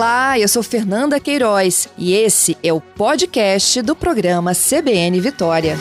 Olá, eu sou Fernanda Queiroz e esse é o podcast do programa CBN Vitória.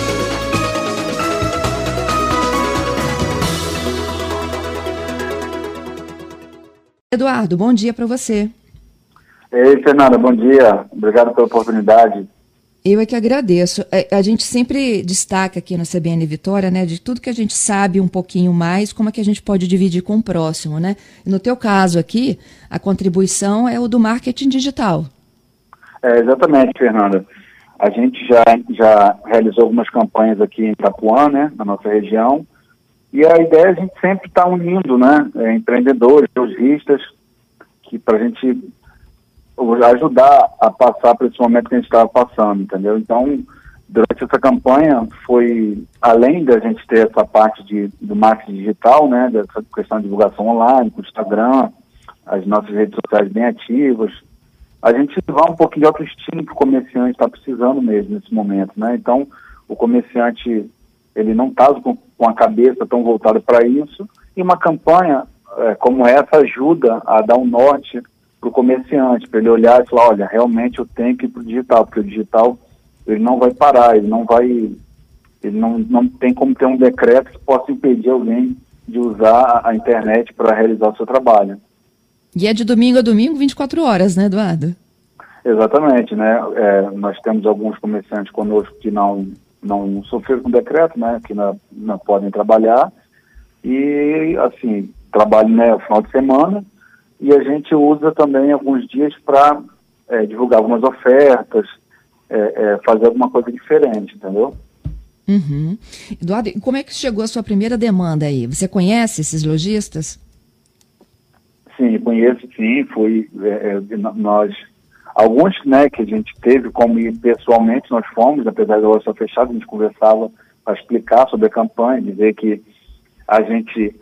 Eduardo, bom dia para você. Ei, Fernanda, bom dia. Obrigado pela oportunidade. Eu é que agradeço. A gente sempre destaca aqui na CBN Vitória, né, de tudo que a gente sabe um pouquinho mais, como é que a gente pode dividir com o próximo, né? No teu caso aqui, a contribuição é o do marketing digital. Exatamente, Fernanda. A gente já realizou algumas campanhas aqui em Itapuã, né, na nossa região, e a ideia é a gente sempre estar unindo, né, empreendedores, lojistas, que para a gente ajudar a passar por esse momento que a gente estava passando, entendeu? Então, durante essa campanha, foi, além da gente ter essa parte do marketing digital, né, dessa questão de divulgação online, com o Instagram, as nossas redes sociais bem ativas, a gente levar um pouquinho de autoestima que o comerciante está precisando mesmo nesse momento, né? Então, o comerciante, ele não está com a cabeça tão voltada para isso, e uma campanha como essa ajuda a dar um norte para o comerciante, para ele olhar e falar, olha, realmente eu tenho que ir para o digital, porque o digital ele não vai parar, ele não tem como ter um decreto que possa impedir alguém de usar a internet para realizar o seu trabalho. E é de domingo a domingo, 24 horas, né, Eduardo? Exatamente, né? Nós temos alguns comerciantes conosco que não sofreram com o decreto, né, que não podem trabalhar, e assim, trabalho, né, no final de semana, e a gente usa também alguns dias para divulgar algumas ofertas, fazer alguma coisa diferente, entendeu? Uhum. Eduardo, e como é que chegou a sua primeira demanda aí? Você conhece esses lojistas? Sim, conheço, sim. Nós, alguns, né, que a gente teve como ir pessoalmente, nós fomos, apesar da loja estar fechada, a gente conversava para explicar sobre a campanha, dizer que a gente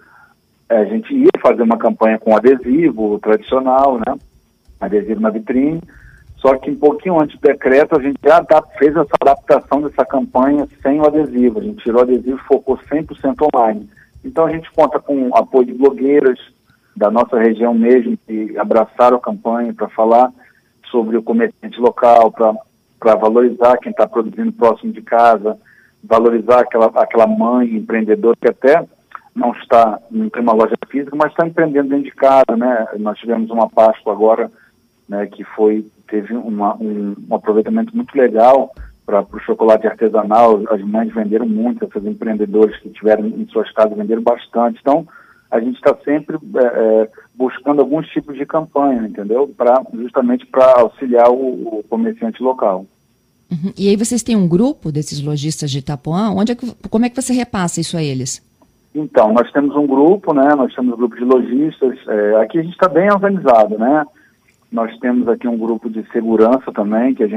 ia fazer uma campanha com adesivo tradicional, né? Adesivo na vitrine, só que um pouquinho antes do decreto a gente já fez essa adaptação dessa campanha sem o adesivo. A gente tirou o adesivo e focou 100% online. Então a gente conta com o apoio de blogueiras da nossa região mesmo, que abraçaram a campanha para falar sobre o comerciante local, para valorizar quem está produzindo próximo de casa, valorizar aquela mãe empreendedora que até não tem uma loja física, mas está empreendendo dentro de casa, né? Nós tivemos uma Páscoa agora, né, que teve um aproveitamento muito legal para o chocolate artesanal. As mães venderam muito, esses empreendedores que tiveram em suas casas venderam bastante. Então, a gente está sempre buscando alguns tipos de campanha, entendeu? Justamente para auxiliar o comerciante local. Uhum. E aí vocês têm um grupo desses lojistas de Itapuã? Como é que você repassa isso a eles? Então, nós temos um grupo, né? Nós temos um grupo de lojistas. Aqui a gente está bem organizado, né? Nós temos aqui um grupo de segurança também, que a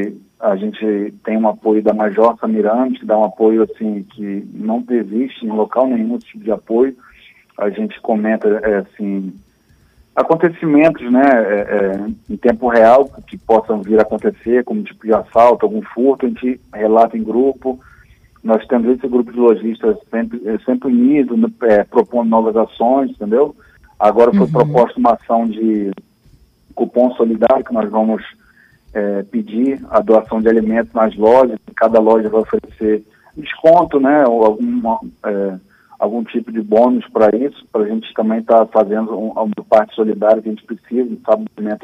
gente tem um apoio da Major Samirante, que dá um apoio assim que não existe em local nenhum esse tipo de apoio. A gente comenta assim, acontecimentos, né, em tempo real que possam vir a acontecer, como tipo de assalto, algum furto, a gente relata em grupo. Nós temos esse grupo de lojistas sempre unido, propondo novas ações, entendeu? Agora foi proposta uma ação de cupom solidário, que nós vamos pedir a doação de alimentos nas lojas. Cada loja vai oferecer desconto, né, ou algum tipo de bônus para isso, para a gente também estar fazendo uma parte solidária que a gente precisa, sabe, o alimento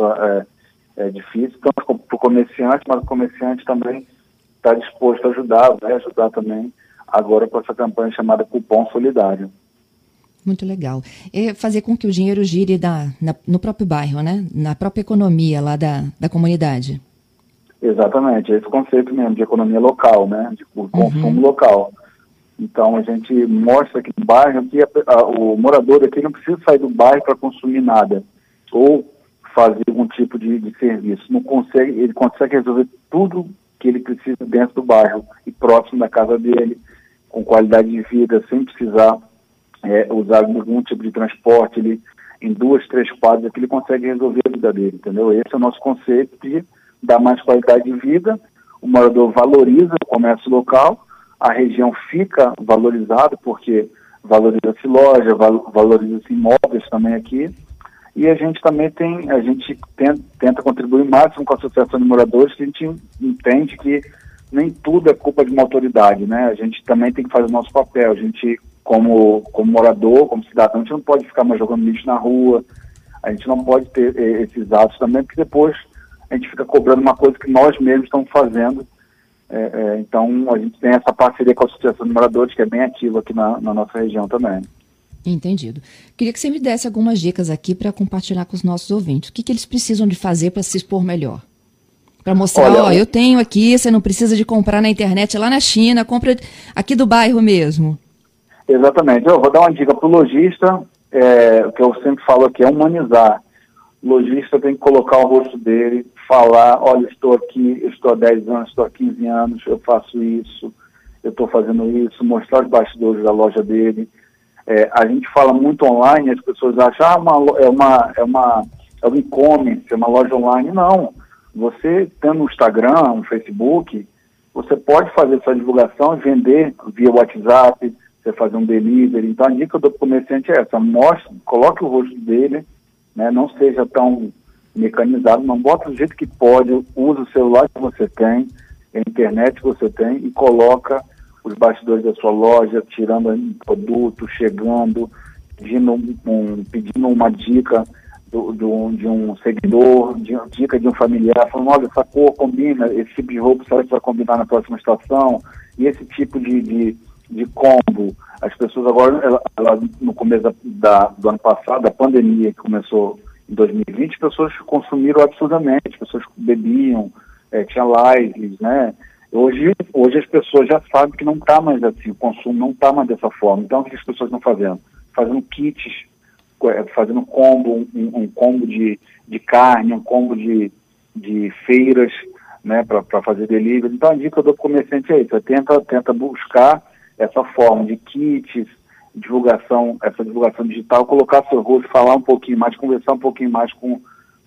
é difícil, tanto para o comerciante, mas o comerciante também está disposto a ajudar, vai ajudar também agora com essa campanha chamada Cupom Solidário. Muito legal. É fazer com que o dinheiro gire no próprio bairro, né? Na própria economia lá da comunidade. Exatamente, é esse conceito mesmo de economia local, né? De consumo local. Então a gente mostra que no bairro que o morador daqui não precisa sair do bairro para consumir nada ou fazer algum tipo de serviço. Ele consegue resolver tudo que ele precisa dentro do bairro e próximo da casa dele, com qualidade de vida, sem precisar usar algum tipo de transporte. Ele, em 2, 3 quadras, ele consegue resolver a vida dele, entendeu? Esse é o nosso conceito de dar mais qualidade de vida. O morador valoriza o comércio local, a região fica valorizada porque valoriza-se loja, valoriza-se imóveis também aqui, E a gente também tenta contribuir o máximo com a Associação de Moradores, que a gente entende que nem tudo é culpa de uma autoridade, né? A gente também tem que fazer o nosso papel. A gente, como morador, como cidadão, a gente não pode ficar mais jogando lixo na rua, a gente não pode ter esses atos também, porque depois a gente fica cobrando uma coisa que nós mesmos estamos fazendo. Então, a gente tem essa parceria com a Associação de Moradores, que é bem ativa aqui na nossa região também. Entendido. Queria que você me desse algumas dicas aqui para compartilhar com os nossos ouvintes. O que eles precisam de fazer para se expor melhor? Para mostrar, eu tenho aqui, você não precisa de comprar na internet lá na China, compra aqui do bairro mesmo. Exatamente. Eu vou dar uma dica para o lojista, o que eu sempre falo aqui, é humanizar. O lojista tem que colocar o rosto dele, falar, olha, estou aqui, eu estou há 10 anos, estou há 15 anos, eu faço isso, eu estou fazendo isso, mostrar os bastidores da loja dele. A gente fala muito online, as pessoas acham, é um e-commerce, é uma loja online. Não. Você tendo um Instagram, um Facebook, você pode fazer sua divulgação e vender via WhatsApp, você fazer um delivery. Então a dica que eu dou para o comerciante é essa, coloque o rosto dele, né, não seja tão mecanizado, não bota do jeito que pode, usa o celular que você tem, a internet que você tem e coloca os bastidores da sua loja, tirando um produto, chegando, pedindo uma dica de um seguidor, dica de um familiar, falando, olha, essa cor combina, esse tipo de roupa será que vai combinar na próxima estação, e esse tipo de combo. As pessoas agora, no começo do ano passado, da pandemia que começou em 2020, as pessoas consumiram absurdamente, as pessoas bebiam, tinha lives, né? Hoje as pessoas já sabem que não está mais assim, o consumo não está mais dessa forma. Então, o que as pessoas estão fazendo? Fazendo kits, fazendo combo, um combo de carne, um combo de feiras, né, para fazer delivery. Então, a dica que eu dou para o comerciante é isso, tenta buscar essa forma de kits, essa divulgação digital, colocar seu rosto, falar um pouquinho mais, conversar um pouquinho mais com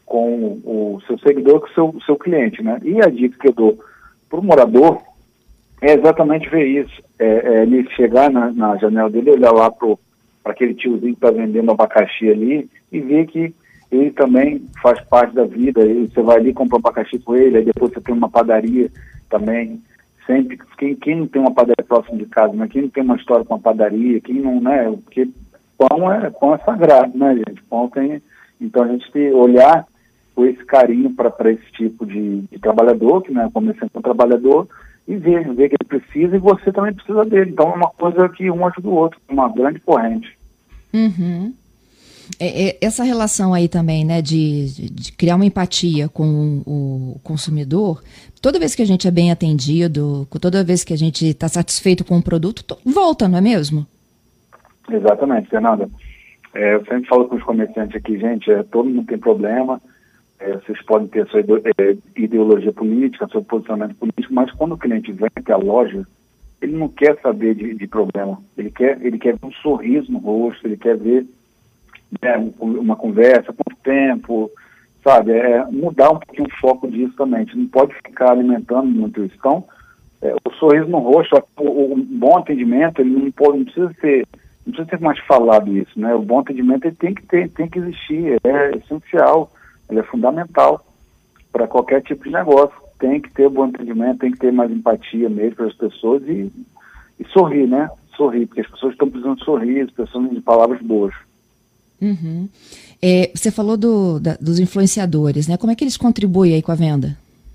o seu seguidor, com o seu cliente, né? E a dica que eu dou para o morador é exatamente ver isso, ele chegar na janela dele, olhar lá para aquele tiozinho que está vendendo abacaxi ali e ver que ele também faz parte da vida, você vai ali comprar um abacaxi com ele, aí depois você tem uma padaria também, sempre, quem não tem uma padaria próximo de casa, né? Quem não tem uma história com uma padaria, quem não, né, porque pão é sagrado, né, gente, então a gente tem que olhar com esse carinho para esse tipo de trabalhador, que, né, comerciante é um trabalhador, e ver que ele precisa e você também precisa dele. Então é uma coisa que um ajuda o outro, uma grande corrente. Uhum. Essa relação aí também, né, de criar uma empatia com o consumidor, toda vez que a gente é bem atendido, toda vez que a gente está satisfeito com o produto, volta, não é mesmo? Exatamente, Fernanda. Eu sempre falo com os comerciantes aqui, gente, todo mundo tem problema, vocês podem ter a sua ideologia política, seu posicionamento político, mas quando o cliente vem até a loja, ele não quer saber de problema, ele quer ver um sorriso no rosto, ele quer ver, né, uma conversa, quanto tempo, sabe, mudar um pouquinho o foco disso também, a gente não pode ficar alimentando muito isso. Então, o sorriso no rosto, o bom atendimento, ele não precisa ser mais falado isso, né, o bom atendimento ele tem que existir, é essencial, ele é fundamental para qualquer tipo de negócio, tem que ter bom atendimento, tem que ter mais empatia mesmo para as pessoas e sorrir, né, porque as pessoas estão precisando de sorrir, precisando de palavras boas. Uhum. Você falou dos influenciadores, né? Como é que eles contribuem aí com a venda?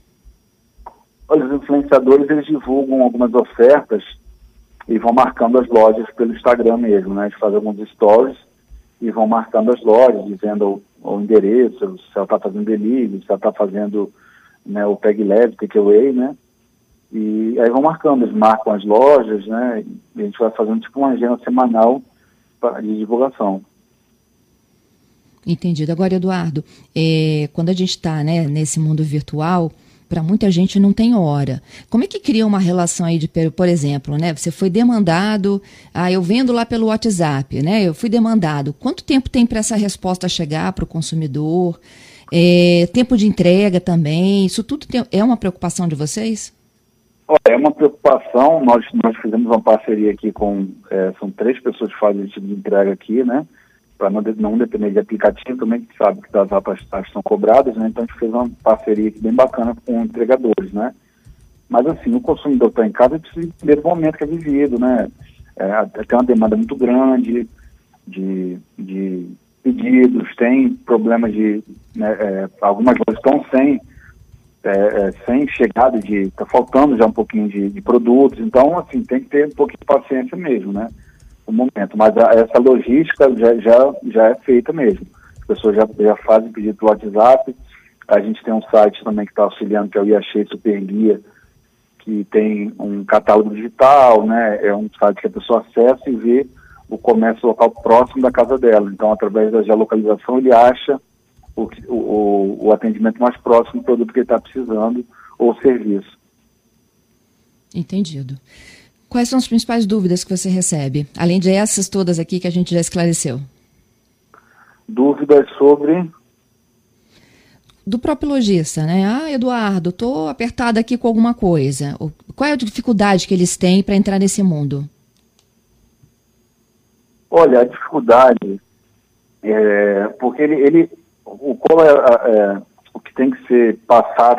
Olha, os influenciadores, eles divulgam algumas ofertas e vão marcando as lojas pelo Instagram mesmo, né? Eles fazem alguns stories e vão marcando as lojas, dizendo o endereço, se ela está fazendo delivery, se ela está fazendo, né, o Peg Leve, Takeaway, né? E aí vão marcando, eles marcam as lojas, né? E a gente vai fazendo tipo uma agenda semanal de divulgação. Entendido. Agora, Eduardo, quando a gente está, né, nesse mundo virtual, para muita gente não tem hora. Como é que cria uma relação aí por exemplo, né? Você foi demandado, eu vendo lá pelo WhatsApp, né? Eu fui demandado. Quanto tempo tem para essa resposta chegar para o consumidor? Tempo de entrega também. Isso tudo é uma preocupação de vocês? É uma preocupação. Nós fizemos uma parceria aqui são 3 pessoas que fazem esse tipo de entrega aqui, né? para não depender de aplicativo, também a gente sabe que as taxas são cobradas, né? Então a gente fez uma parceria aqui bem bacana com entregadores, né? Mas assim, o consumidor está em casa, precisa entender o momento que é vivido, né? Tem uma demanda muito grande de pedidos, tem problemas algumas lojas estão sem chegada está faltando já um pouquinho de produtos, então assim, tem que ter um pouquinho de paciência mesmo, né? No momento, mas essa logística já é feita mesmo. As pessoas já fazem pedido pelo WhatsApp. A gente tem um site também que está auxiliando, que é o Iachei Super Guia, que tem um catálogo digital, né? É um site que a pessoa acessa e vê o comércio local próximo da casa dela. Então, através da geolocalização, ele acha o atendimento mais próximo do produto que ele está precisando ou serviço. Entendido. Quais são as principais dúvidas que você recebe, além de essas todas aqui que a gente já esclareceu? Dúvidas sobre... Do próprio lojista, né? Eduardo, estou apertado aqui com alguma coisa. Qual é a dificuldade que eles têm para entrar nesse mundo? Olha, a dificuldade porque o que tem que ser passado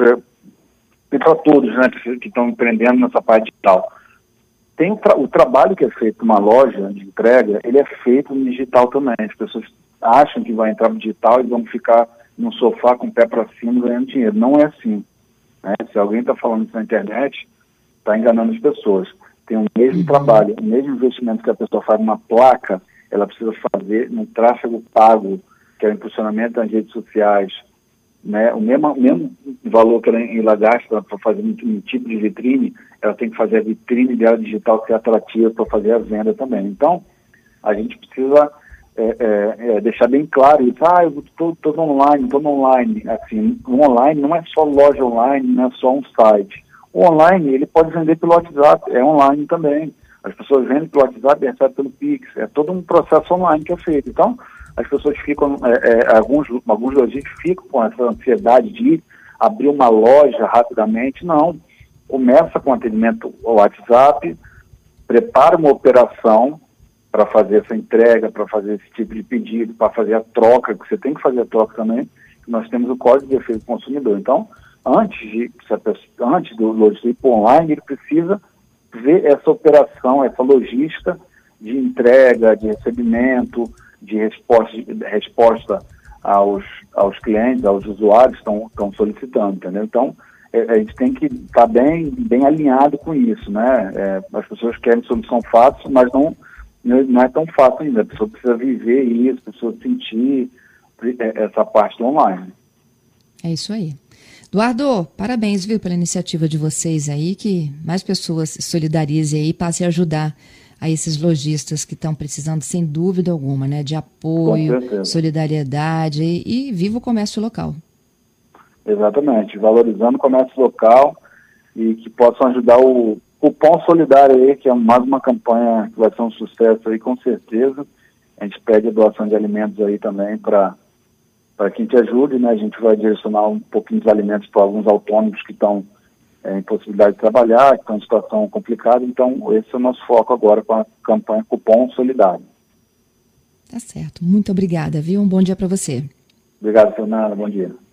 para todos, né, que estão empreendendo nessa parte digital. Tem o trabalho que é feito numa loja de entrega, ele é feito no digital também. As pessoas acham que vai entrar no digital e vão ficar no sofá com o pé para cima ganhando dinheiro. Não é assim, né? Se alguém está falando isso na internet, está enganando as pessoas. Tem o mesmo trabalho, o mesmo investimento que a pessoa faz numa placa, ela precisa fazer no tráfego pago, que é o impulsionamento das redes sociais, né? O mesmo valor que ela gasta para fazer um tipo de vitrine, ela tem que fazer a vitrine dela digital ser atrativa para fazer a venda também. Então, a gente precisa deixar bem claro isso. Eu estou no online. Assim, o online não é só loja online, não é só um site. O online, ele pode vender pelo WhatsApp, é online também. As pessoas vendem pelo WhatsApp e recebem pelo Pix. É todo um processo online que é feito. Então, as pessoas ficam, alguns lojistas ficam com essa ansiedade de abrir uma loja rapidamente. Não. Começa com atendimento ao WhatsApp, prepara uma operação para fazer essa entrega, para fazer esse tipo de pedido, para fazer a troca, que você tem que fazer a troca também. Nós temos o Código de Defesa do Consumidor. Então, antes do lojista ir para online, ele precisa ver essa operação, essa logística de entrega, de recebimento, de resposta aos clientes, aos usuários que estão solicitando, entendeu? Então, a gente tem que estar bem alinhado com isso, né? As pessoas querem solução fácil, mas não é tão fácil ainda. A pessoa precisa viver isso, a pessoa sentir essa parte do online. É isso aí. Eduardo, parabéns, viu, pela iniciativa de vocês aí, que mais pessoas se solidarizem aí e passem a ajudar a esses lojistas que estão precisando, sem dúvida alguma, né, de apoio, solidariedade e viva o comércio local. Exatamente, valorizando o comércio local e que possam ajudar o Cupom Solidário aí, que é mais uma campanha que vai ser um sucesso aí, com certeza. A gente pede a doação de alimentos aí também para que a gente ajude, né? A gente vai direcionar um pouquinho dos alimentos para alguns autônomos que estão em possibilidade de trabalhar, que estão em situação complicada. Então, esse é o nosso foco agora com a campanha Cupom Solidário. Tá certo. Muito obrigada, viu? Um bom dia para você. Obrigado, Fernanda. Bom dia.